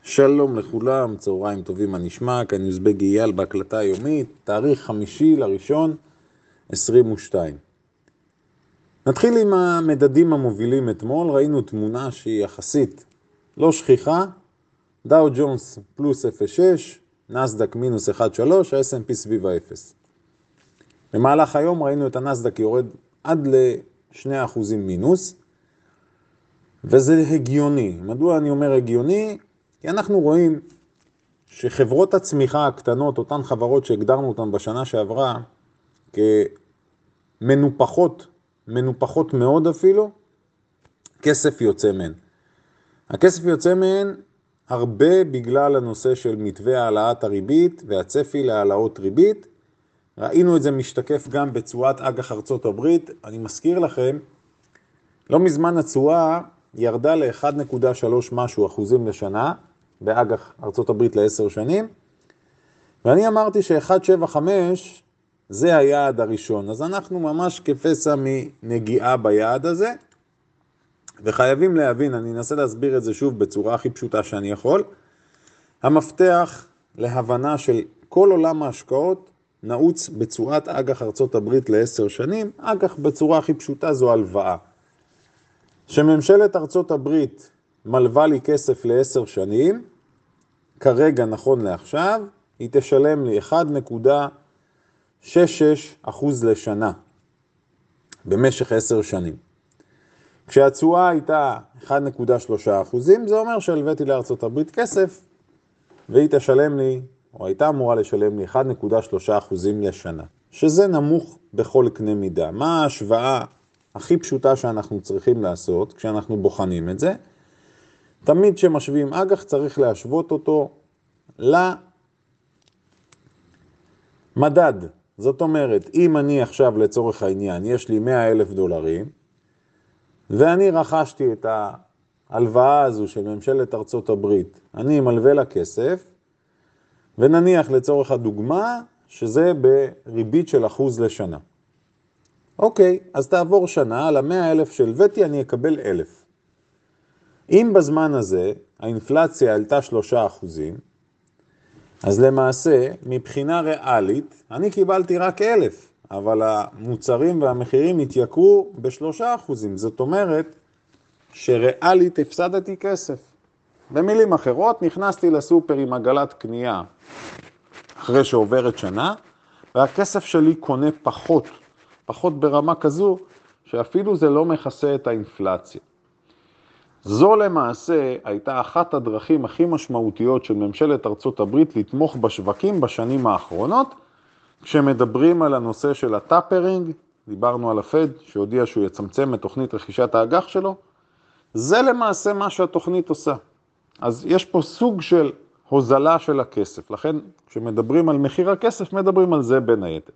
שלום לכולם, צהריים טובים, מה נשמע? כאן יוזבג אייל בהקלטה היומית, תאריך 5/1/22. נתחיל עם המדדים המובילים אתמול. ראינו תמונה שהיא יחסית לא שכיחה, דאו ג'ונס פלוס 0.6, נסדק מינוס 1.3, ה-S&P סביב ה-0. במהלך היום ראינו את הנסדק יורד עד ל2% מינוס, וזה הגיוני. מדוע אני אומר הגיוני? כי אנחנו רואים שחברות הצמיחה הקטנות, אותן חברות שהגדרנו אותן בשנה שעברה כמנופחות מאוד אפילו, כסף יוצא מהן. הכסף יוצא מהן הרבה בגלל הנושא של מתווה העלאת הריבית והצפי להעלאות ריבית. ראינו את זה משתקף גם בתשואת אג"ח ארצות הברית. אני מזכיר לכם, לא מזמן התשואה ירדה ל-1.3 משהו אחוזים לשנה, באג"ח ארצות הברית ל10 שנים, ואני אמרתי ש-1.75 זה היעד הראשון. אז אנחנו ממש כפסע מנגיעה ביעד הזה, וחייבים להבין, אני אנסה להסביר את זה שוב בצורה הכי פשוטה שאני יכול. המפתח להבנה של כל עולם ההשקעות נעוץ בתשואת אג"ח ארצות הברית ל10 שנים. אג"ח בצורה הכי פשוטה זו הלוואה. שממשלת ארצות הברית מלווה לי כסף ל10 שנים, כרגע נכון לעכשיו, היא תשלם לי 1.66% לשנה, במשך 10 שנים. כשהתשואה הייתה 1.3%, זה אומר שהלוויתי לארצות הברית כסף, והיא תשלם לי, או הייתה אמורה לשלם לי 1.3% לשנה, שזה נמוך בכל קנה מידה. מה ההשוואה הכי פשוטה שאנחנו צריכים לעשות כשאנחנו בוחנים את זה? תמיד שמשווים אג"ח צריך להשוות אותו למדד. זאת אומרת, אם אני עכשיו לצורך העניין, יש לי $100,000, ואני רכשתי את ההלוואה הזו של ממשלת ארצות הברית, אני מלווה לה כסף, ונניח לצורך הדוגמה שזה בריבית של 1% לשנה. אוקיי, אז תעבור שנה, על ה-100,000 של וטי אני אקבל 1,000. אם בזמן הזה האינפלציה עלתה 3%, אז למעשה מבחינה ריאלית אני קיבלתי רק 1,000, אבל המוצרים והמחירים התייקרו ב3%. זאת אומרת שריאלית הפסדתי כסף. במילים אחרות, נכנסתי לסופר עם עגלת קנייה אחרי שעוברת שנה, והכסף שלי קונה פחות ברמה כזו, שאפילו זה לא מכסה את האינפלציה. זו למעשה הייתה אחת הדרכים הכי משמעותיות של ממשלת ארצות הברית לתמוך בשווקים בשנים האחרונות. כשמדברים על הנושא של הטאפרינג, דיברנו על הפד שהודיע שהוא יצמצם את תוכנית רכישת האג"ח שלו, זה למעשה מה שהתוכנית עושה. אז יש פה סוג של הוזלה של הכסף, לכן כשמדברים על מחיר הכסף מדברים על זה בין היתר.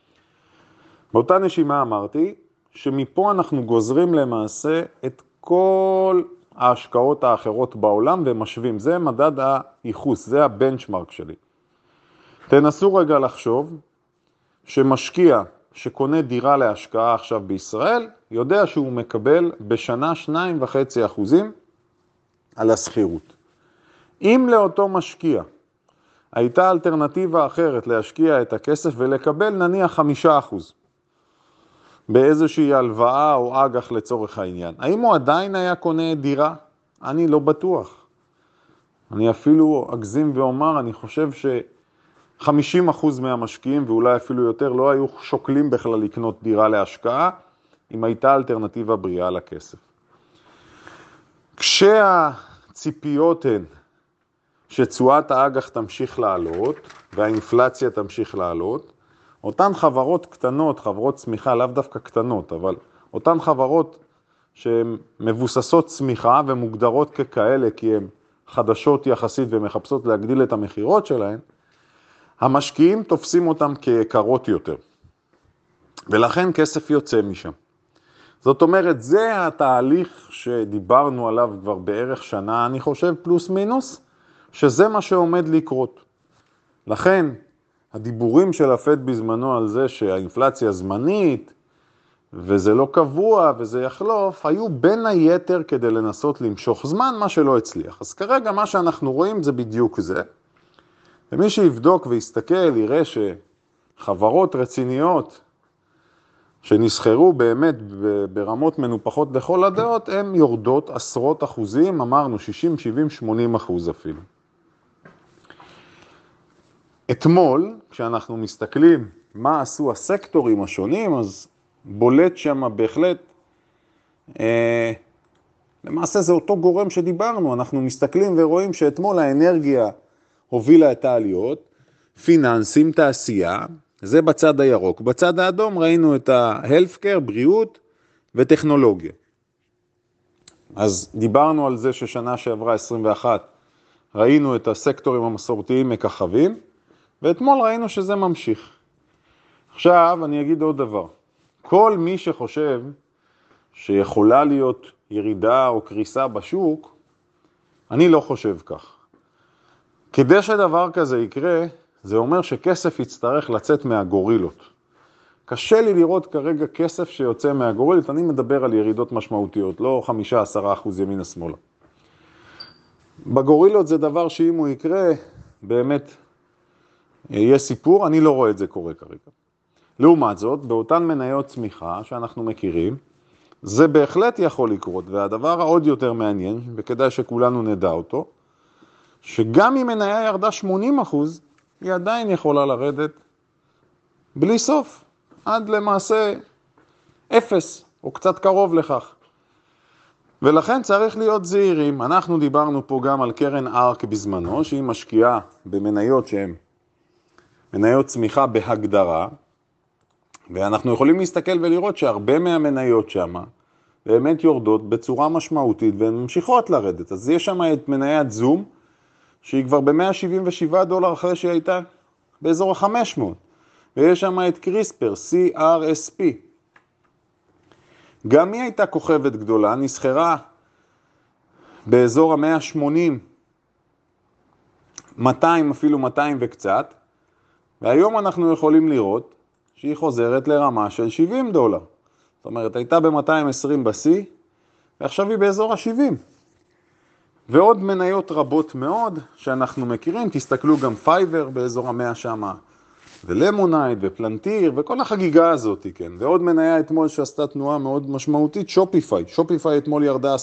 באותה נשימה אמרתי שמפה אנחנו גוזרים למעשה את כל ההשקעות האחרות בעולם ומשווים. זה מדד הייחוס, זה הבנצ'מרק שלי. תנסו רגע לחשוב שמשקיע שקונה דירה להשקעה עכשיו בישראל, יודע שהוא מקבל בשנה 2.5% על השכירות. אם לאותו משקיע הייתה אלטרנטיבה אחרת להשקיע את הכסף ולקבל נניח 5%, באיזושהי הלוואה או אג"ח לצורך העניין, האם הוא עדיין היה קונה דירה? אני לא בטוח. אני אפילו אגזים ואומר, אני חושב ש50% מהמשקיעים ואולי אפילו יותר לא היו שוקלים בכלל לקנות דירה להשקעה, אם הייתה אלטרנטיבה בריאה לכסף. כשהציפיות הן שתשואת האג"ח תמשיך לעלות והאינפלציה תמשיך לעלות, אותן חברות קטנות, חברות צמיחה, לאו דווקא קטנות, אבל אותן חברות שהן מבוססות צמיחה ומוגדרות ככאלה כי הן חדשות יחסית ומחפשות להגדיל את המחירות שלהן, המשקיעים תופסים אותן כיקרות יותר. ולכן כסף יוצא משם. זאת אומרת, זה התהליך שדיברנו עליו כבר בערך שנה, אני חושב, פלוס מינוס, שזה מה שעומד לקרות. לכן, הדיבורים של הפד בזמנו על זה שהאינפלציה זמנית, וזה לא קבוע וזה יחלוף, היו בין היתר כדי לנסות למשוך זמן, מה שלא הצליח. אז כרגע מה שאנחנו רואים זה בדיוק זה. ומי שיבדוק ויסתכל יראה שחברות רציניות שנסחרו באמת ברמות מנופחות לכל הדעות, הן יורדות עשרות אחוזים, אמרנו 60, 70, 80% אפילו. אתמול, כשאנחנו מסתכלים מה עשו הסקטורים השונים, אז בולט שם בהחלט, למעשה זה אותו גורם שדיברנו, אנחנו מסתכלים ורואים שאתמול האנרגיה הובילה את העליות, פיננסים, תעשייה, זה בצד הירוק. בצד האדום ראינו את ה-healthcare, בריאות וטכנולוגיה. אז דיברנו על זה ששנה שעברה 21, ראינו את הסקטורים המסורתיים מככבים, ואתמול ראינו שזה ממשיך. עכשיו אני אגיד עוד דבר. כל מי שחושב שיכולה להיות ירידה או קריסה בשוק, אני לא חושב כך. כדי שדבר כזה יקרה, זה אומר שכסף יצטרך לצאת מהגורילות. קשה לי לראות כרגע כסף שיוצא מהגורילות, אני מדבר על ירידות משמעותיות, לא 5-10% ימינה שמאלה. בגורילות זה דבר שאם הוא יקרה, באמת יהיה סיפור, אני לא רואה את זה קורה כרגע. לעומת זאת, באותן מניות צמיחה שאנחנו מכירים, זה בהחלט יכול לקרות, והדבר העוד יותר מעניין, וכדאי שכולנו נדע אותו, שגם אם מניה ירדה 80%, היא עדיין יכולה לרדת בלי סוף, עד למעשה 0, או קצת קרוב לכך. ולכן צריך להיות זהירים. אנחנו דיברנו פה גם על קרן ארק בזמנו, שהיא משקיעה במניות שהן מניות צמיחה בהגדרה, ואנחנו יכולים להסתכל ולראות שהרבה מהמניות שם באמת יורדות בצורה משמעותית והן ממשיכות לרדת. אז יש שם את מניית זום, שהיא כבר $177 אחרי שהיא הייתה באזור ה-500. ויש שם את קריספר, CRSP. גם היא הייתה כוכבת גדולה, נסחרה באזור ה-180, 200 אפילו 200 וקצת, והיום אנחנו יכולים לראות שהיא חוזרת לרמה של $70. זאת אומרת, הייתה ב-220 בסי, ועכשיו היא באזור ה-70. ועוד מניות רבות מאוד שאנחנו מכירים, תסתכלו גם פייבר באזור ה-100 שמה, ולמונייד ופלנטיר וכל החגיגה הזאת, כן. ועוד מניה אתמול שעשתה תנועה מאוד משמעותית, שופיפיי. שופיפיי אתמול ירדה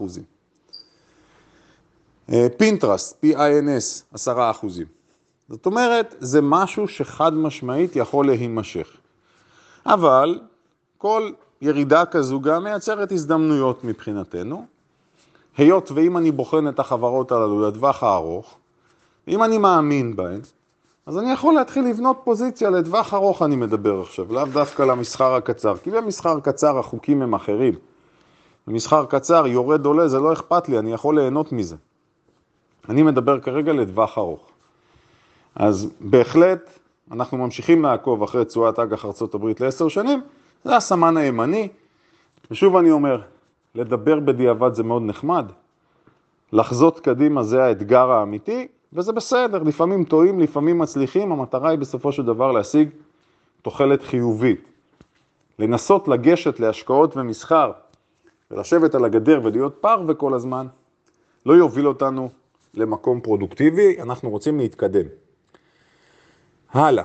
10%. פינטרסט, PINS, 10%. זאת אומרת, זה משהו שחד משמעית יכול להימשך. אבל כל ירידה כזו גם מייצרת הזדמנויות מבחינתנו. היות ואם אני בוחן את החברות הללו לטווח הארוך, אם אני מאמין בהן, אז אני יכול להתחיל לבנות פוזיציה לטווח ארוך, אני מדבר עכשיו, לאו דווקא למסחר הקצר, כי במסחר קצר החוקים הם אחרים. במסחר קצר יורד עולה, זה לא אכפת לי, אני יכול ליהנות מזה. אני מדבר כרגע לטווח ארוך. אז בהחלט אנחנו ממשיכים לעקוב אחרי תשואת אג"ח ארצות הברית ל10 שנים, זה הסמן הימני, ושוב אני אומר, לדבר בדיעבד זה מאוד נחמד, לחזות קדימה זה האתגר האמיתי, וזה בסדר, לפעמים טועים, לפעמים מצליחים, המטרה היא בסופו של דבר להשיג תוחלת חיובית. לנסות לגשת להשקעות ומסחר, ולשבת על הגדר ולהיות פר וכל הזמן, לא יוביל אותנו למקום פרודוקטיבי, אנחנו רוצים להתקדם. הלאה.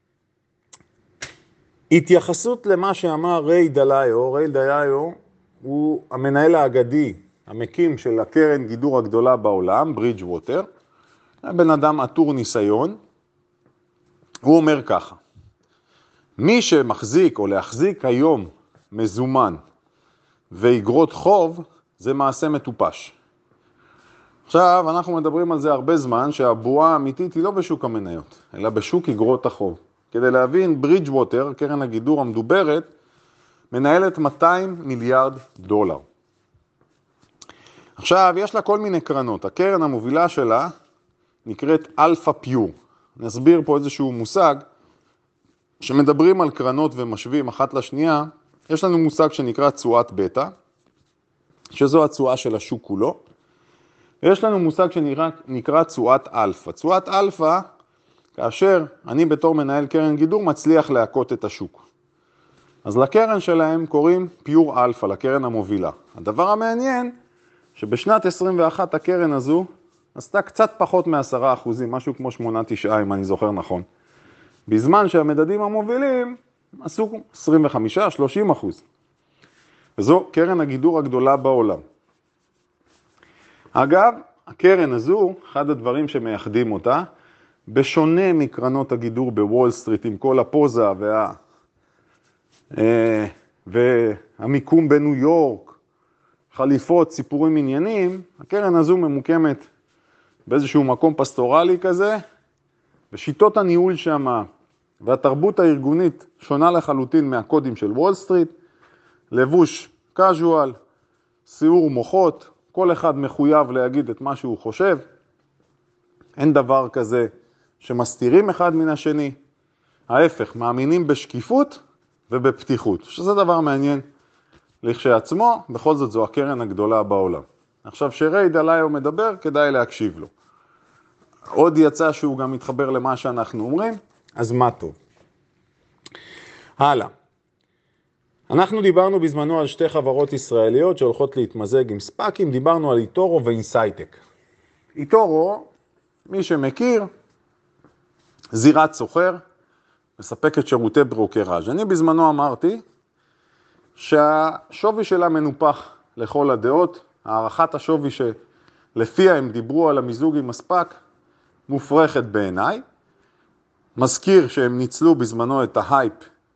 התייחסות למה שאמר ריי דליו, ריי דליו הוא המנהל האגדי, המקים של הקרן גידור הגדולה בעולם, ברידג'ווטר, בן אדם עטור ניסיון, הוא אומר ככה, מי שמחזיק או להחזיק היום מזומן ואגרות חוב, זה מעשה מטופש. עכשיו, אנחנו מדברים על זה הרבה זמן, שהבועה האמיתית היא לא בשוק המניות, אלא בשוק אגרות החוב. כדי להבין, ברידג'ווטר, קרן הגידור המדוברת, מנהלת $200 מיליארד. עכשיו, יש לה כל מיני קרנות. הקרן המובילה שלה נקראת אלפא פיור. נסביר פה איזשהו מושג, שמדברים על קרנות ומשווים אחת לשנייה, יש לנו מושג שנקרא תשואת בטא, שזו התשואה של השוק כולו, ויש לנו מושג שנקרא תשואת אלפא. תשואת אלפא, כאשר אני בתור מנהל קרן גידור מצליח להכות את השוק. אז לקרן שלהם קוראים פיור אלפא, לקרן המובילה. הדבר המעניין, שבשנת 21 הקרן הזו עשתה קצת פחות מ10%, משהו כמו 8-9 אם אני זוכר נכון. בזמן שהמדדים המובילים עשו 25-30%. וזו קרן הגידור הגדולה בעולם. אגב, הקרן הזו, אחד הדברים שמייחדים אותה, בשונה מקרנות הגידור בוול סטריט עם כל הפוזה והמיקום בניו יורק, חליפות, סיפורים עניינים, הקרן הזו ממוקמת באיזשהו מקום פסטורלי כזה, ושיטות הניהול שם והתרבות הארגונית שונה לחלוטין מהקודים של וול סטריט, לבוש קאז'ואל, סיעור מוחות, כל אחד מחויב להגיד את מה שהוא חושב, אין דבר כזה שמסתירים אחד מן השני, ההפך, מאמינים בשקיפות ובפתיחות, שזה דבר מעניין לכשעצמו, בכל זאת זו הקרן הגדולה בעולם. עכשיו שריי דלאיו מדבר, כדאי להקשיב לו. עוד יצא שהוא גם מתחבר למה שאנחנו אומרים, אז מה טוב. הלאה. אנחנו דיברנו בזמנו על שתי חברות ישראליות שהולכות להתמזג עם ספאקים, דיברנו על איטורו ואינסייטק. איטורו, מי שמכיר, זירת סוחר, מספקת שירותי ברוקראז'. אני בזמנו אמרתי שהשווי שלה מנופח לכל הדעות, הערכת השווי שלפיה הם דיברו על המיזוג עם הספאק מופרכת בעיניי. מזכיר שהם ניצלו בזמנו את ההייפ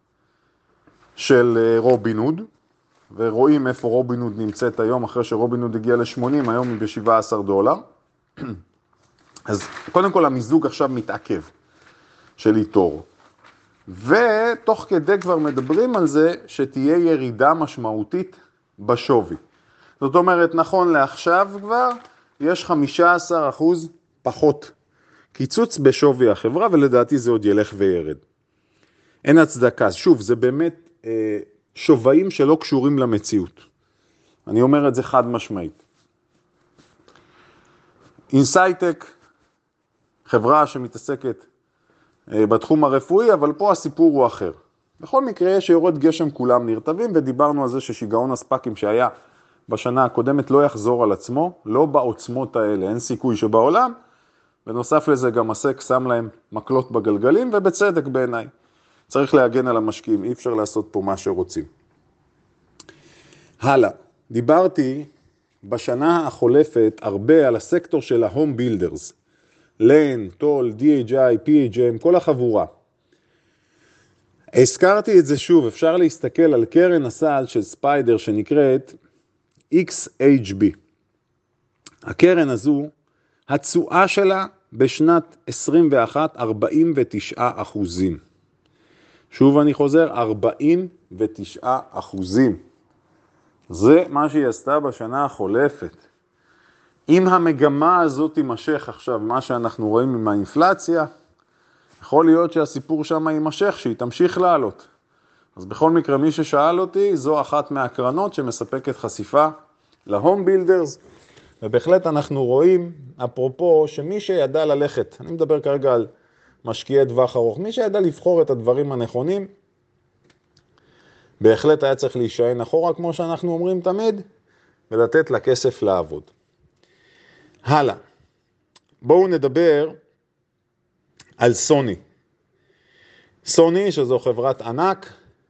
של רובינוד, ורואים איפה רובינוד נמצאת היום, אחרי שרובינוד הגיע ל-80, היום היא ב$17. אז קודם כל המיזוג עכשיו מתעכב של איטורו. ותוך כדי כבר מדברים על זה שתהיה ירידה משמעותית בשווי. זאת אומרת, נכון לעכשיו כבר, יש 15% פחות קיצוץ בשווי החברה, ולדעתי זה עוד ילך וירד. אין הצדקה. שוב, זה באמת שווים שלא קשורים למציאות. אני אומר את זה חד משמעית. אינסייטק, חברה שמתעסקת בתחום הרפואי, אבל פה הסיפור הוא אחר. בכל מקרה, יש שיורד גשם כולם נרטבים, ודיברנו על זה ששיגעון הספאקים שהיה בשנה הקודמת לא יחזור על עצמו, לא בעוצמות האלה, אין סיכוי שבעולם. בנוסף לזה גם הסק שם להם מקלות בגלגלים, ובצדק בעיניי. צריך להגן על המשקיעים, אי אפשר לעשות פה מה שרוצים. הלאה, דיברתי בשנה החולפת הרבה על הסקטור של ההום בילדרס. ליין, טול, DHI, PHM, כל החבורה. הזכרתי את זה שוב, אפשר להסתכל על קרן הסל של ספיידר שנקראת XHB. הקרן הזו, התשואה שלה בשנת 21, 49%. שוב אני חוזר, 49%. זה מה שהיא עשתה בשנה החולפת. אם המגמה הזאת תימשך עכשיו, מה שאנחנו רואים עם האינפלציה, יכול להיות שהסיפור שם יימשך, שהיא תמשיך לעלות. אז בכל מקרה, מי ששאל אותי, זו אחת מהקרנות שמספקת חשיפה להום בילדרס, ובהחלט אנחנו רואים, אפרופו, שמי שידע ללכת, אני מדבר כרגע על משקיעי טווח ארוך, מי שידע לבחור את הדברים הנכונים, בהחלט היה צריך להישען אחורה, כמו שאנחנו אומרים תמיד, ולתת לכסף לעבוד. הלאה, בואו נדבר על סוני. סוני, שזו חברת ענק,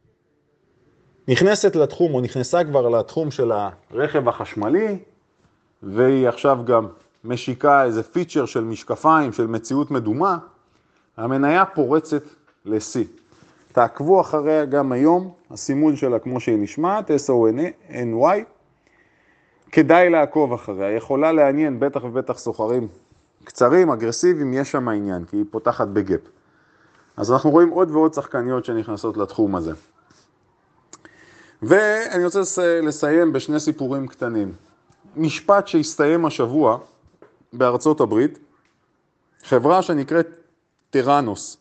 נכנסת לתחום, או נכנסה כבר לתחום של הרכב החשמלי, והיא עכשיו גם משיקה איזה פיצ'ר של משקפיים, של מציאות מדומה. המניה פורצת ל-C. תעקבו אחריה גם היום, הסימול שלה כמו שהיא נשמעת, SONY. כדאי לעקוב אחריה, יכולה לעניין בטח ובטח סוחרים קצרים, אגרסיביים, יש שם העניין, כי היא פותחת בגאפ. אז אנחנו רואים עוד ועוד שחקניות שנכנסות לתחום הזה. ואני רוצה לסיים בשני סיפורים קטנים. משפט שהסתיים השבוע בארצות הברית, חברה שנקראת טרנוס,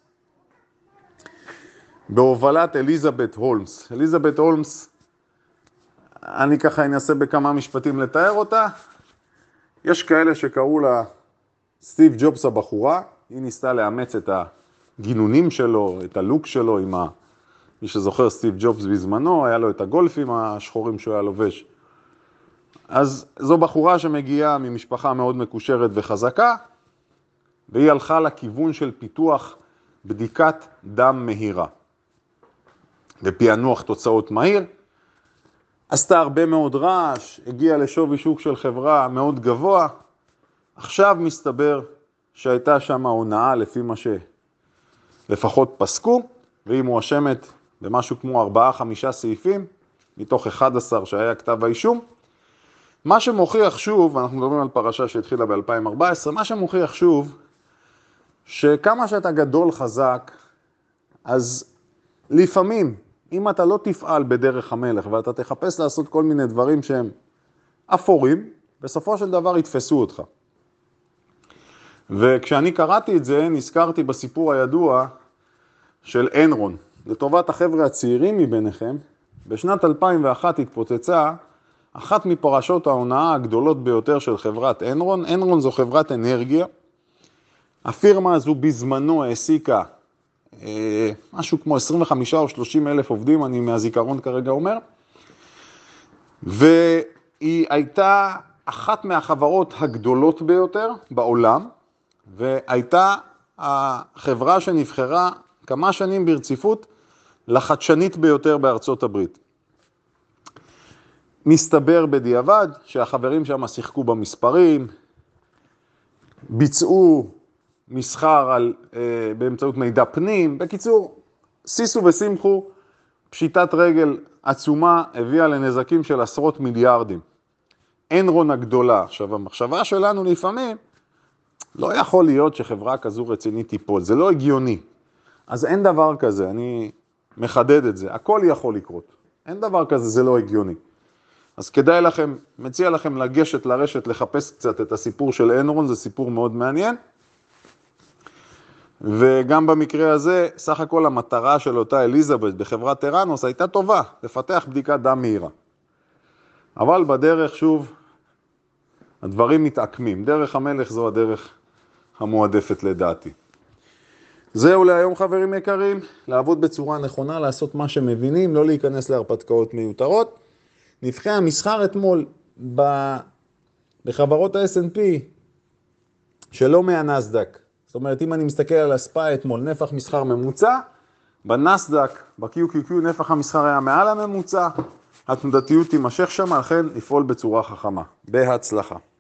בהובלת אליזבת הולמס. אליזבת הולמס, אני ככה אנסה בכמה משפטים לתאר אותה. יש כאלה שקראו לה סטיב ג'ובס הבחורה, היא ניסתה לאמץ את הגינונים שלו, את הלוק שלו עם מי שזוכר, סטיב ג'ובס בזמנו, היה לו את הגולפים השחורים שהוא היה לובש. אז זו בחורה שמגיעה ממשפחה מאוד מקושרת וחזקה, והיא הלכה לכיוון של פיתוח בדיקת דם מהירה. ופענוח תוצאות מהיר, עשתה הרבה מאוד רעש, הגיעה לשווי שוק של חברה מאוד גבוה, עכשיו מסתבר שהייתה שם הונאה לפי מה שלפחות פסקו, והיא מואשמת במשהו כמו 4-5 סעיפים, מתוך 11 שהיה כתב האישום. מה שמוכיח שוב, אנחנו מדברים על פרשה שהתחילה ב-2014, מה שמוכיח שוב, שכמה שאתה גדול חזק, אז לפעמים, אם אתה לא תפעל בדרך המלך, ואתה תחפש לעשות כל מיני דברים שהם אפורים, בסופו של דבר יתפסו אותך. וכשאני קראתי את זה, נזכרתי בסיפור הידוע של אנרון. לטובת החבר'ה הצעירים מביניכם, בשנת 2001 התפוצצה אחת מפרשות ההונאה הגדולות ביותר של חברת אנרון. אנרון זו חברת אנרגיה. הפירמה הזו בזמנו העסיקה משהו כמו 25 או 30 אלף עובדים, אני מהזיכרון כרגע אומר, והיא הייתה אחת מהחברות הגדולות ביותר בעולם, והייתה החברה שנבחרה כמה שנים ברציפות לחדשנית ביותר בארצות הברית. מסתבר בדיעבד שהחברים שם שיחקו במספרים, ביצעו מסחר באמצעות מידע פנים. בקיצור, סיסו ושמחו, פשיטת רגל עצומה הביאה לנזקים של עשרות מיליארדים. אנרון הגדולה. עכשיו, המחשבה שלנו לפעמים, לא יכול להיות שחברה כזו רצינית תיפול, זה לא הגיוני. אז אין דבר כזה, אני מחדד את זה, הכל יכול לקרות. אין דבר כזה, זה לא הגיוני. אז כדאי לכם, מציע לכם לגשת לרשת, לחפש קצת את הסיפור של אנרון, זה סיפור מאוד מעניין. וגם במקרה הזה, סך הכל המטרה של אותה אליזבת בחברת טראנוס הייתה טובה, לפתח בדיקת דם מהירה. אבל בדרך שוב, הדברים מתעקמים. דרך המלך זו הדרך המועדפת לדעתי. זהו להיום חברים יקרים, לעבוד בצורה נכונה, לעשות מה שמבינים, לא להיכנס להרפתקאות מיותרות. נבחי המסחר אתמול בחברות ה-S&P שלא מהנסדק. זאת אומרת, אם אני מסתכל על הספא אתמול, נפח מסחר ממוצע, בנסדק, ב-QQQ, נפח המסחר היה מעל הממוצע, התנודתיות תימשך שם, לכן לפעול בצורה חכמה. בהצלחה.